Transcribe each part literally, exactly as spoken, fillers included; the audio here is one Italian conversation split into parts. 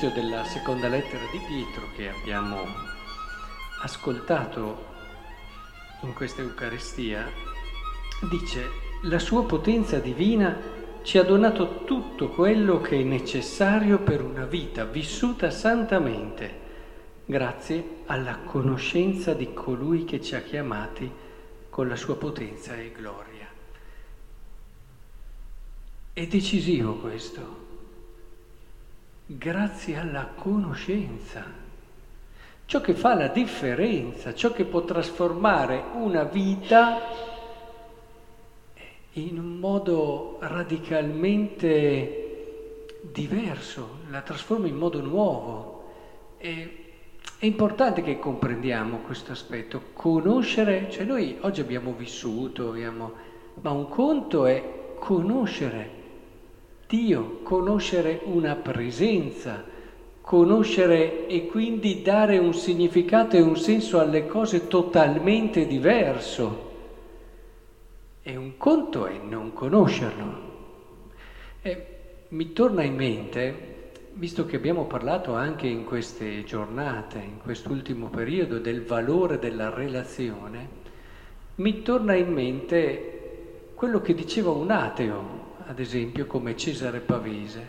all'inizio della seconda lettera di Pietro che abbiamo ascoltato in questa Eucaristia, dice: la sua potenza divina ci ha donato tutto quello che è necessario per una vita vissuta santamente, grazie alla conoscenza di colui che ci ha chiamati con la sua potenza e gloria. È decisivo questo. Grazie alla conoscenza. Ciò che fa la differenza, ciò che può trasformare una vita in un modo radicalmente diverso, la trasforma in modo nuovo. E è importante che comprendiamo questo aspetto, conoscere, cioè noi oggi abbiamo vissuto, abbiamo, ma un conto è conoscere Dio, conoscere una presenza, conoscere e quindi dare un significato e un senso alle cose totalmente diverso. E un conto è non conoscerlo. E mi torna in mente, visto che abbiamo parlato anche in queste giornate, in quest'ultimo periodo, del valore della relazione, mi torna in mente quello che diceva un ateo, ad esempio come Cesare Pavese,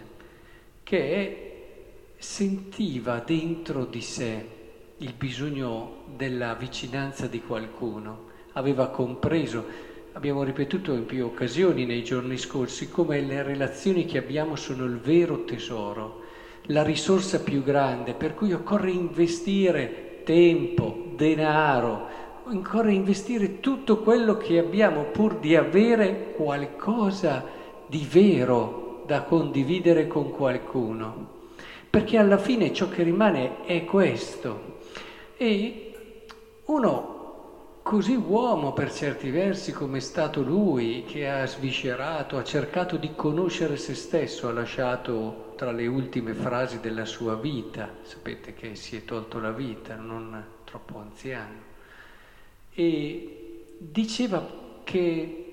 che sentiva dentro di sé il bisogno della vicinanza di qualcuno, aveva compreso, abbiamo ripetuto in più occasioni nei giorni scorsi, come le relazioni che abbiamo sono il vero tesoro, la risorsa più grande, per cui occorre investire tempo, denaro, occorre investire tutto quello che abbiamo pur di avere qualcosa di vero da condividere con qualcuno, perché alla fine ciò che rimane è questo. E uno così uomo per certi versi come è stato lui, che ha sviscerato, ha cercato di conoscere se stesso, ha lasciato tra le ultime frasi della sua vita, sapete che si è tolto la vita, non troppo anziano, e diceva che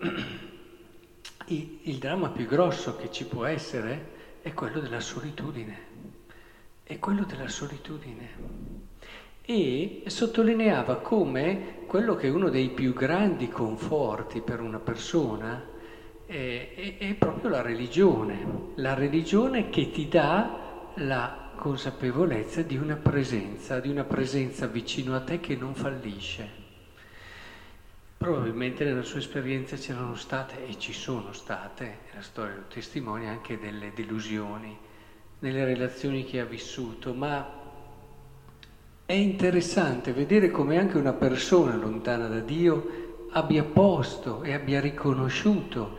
il, il dramma più grosso che ci può essere è quello della solitudine, è quello della solitudine. E sottolineava come quello che è uno dei più grandi conforti per una persona è, è, è proprio la religione, la religione che ti dà la consapevolezza di una presenza, di una presenza vicino a te che non fallisce. Probabilmente nella sua esperienza c'erano state, e ci sono state, e la storia lo testimonia, anche delle delusioni nelle relazioni che ha vissuto, ma è interessante vedere come anche una persona lontana da Dio abbia posto e abbia riconosciuto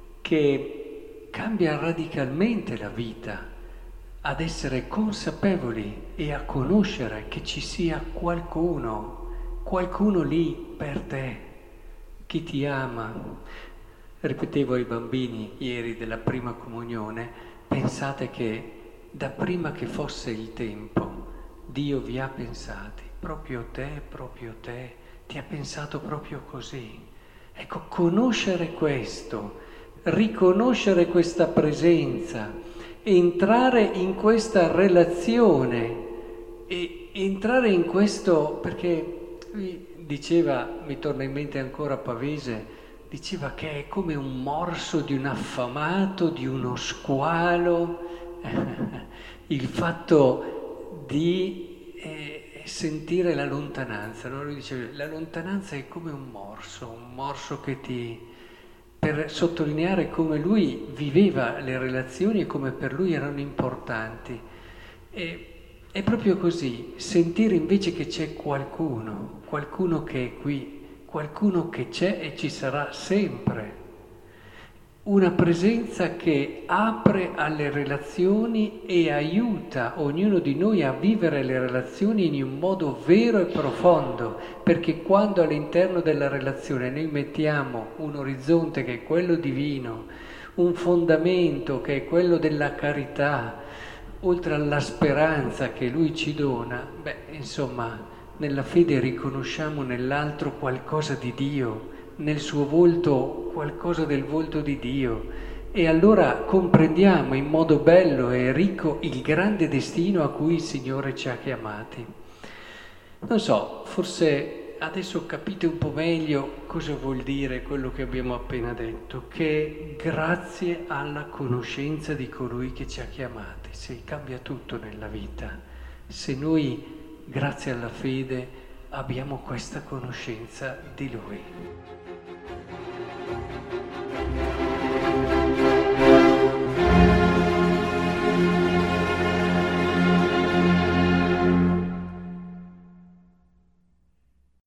che cambia radicalmente la vita ad essere consapevoli e a conoscere che ci sia qualcuno, qualcuno lì per te, chi ti ama. Ripetevo ai bambini ieri della prima comunione, pensate che da prima che fosse il tempo Dio vi ha pensati, proprio te, proprio te, ti ha pensato proprio così. Ecco, conoscere questo, riconoscere questa presenza, entrare in questa relazione e entrare in questo, perché lui diceva, mi torna in mente ancora Pavese, diceva che è come un morso di un affamato, di uno squalo, il fatto di eh, sentire la lontananza, no? Lui diceva, la lontananza è come un morso, un morso che ti... per sottolineare come lui viveva le relazioni e come per lui erano importanti. E è proprio così, sentire invece che c'è qualcuno, qualcuno che è qui, qualcuno che c'è e ci sarà sempre. Una presenza che apre alle relazioni e aiuta ognuno di noi a vivere le relazioni in un modo vero e profondo, perché quando all'interno della relazione noi mettiamo un orizzonte che è quello divino, un fondamento che è quello della carità, oltre alla speranza che Lui ci dona, beh, insomma, nella fede riconosciamo nell'altro qualcosa di Dio, nel suo volto qualcosa del volto di Dio, e allora comprendiamo in modo bello e ricco il grande destino a cui il Signore ci ha chiamati. Non so, forse adesso capite un po' meglio cosa vuol dire quello che abbiamo appena detto, che grazie alla conoscenza di colui che ci ha chiamati, si cambia tutto nella vita. Se noi, grazie alla fede, abbiamo questa conoscenza di Lui.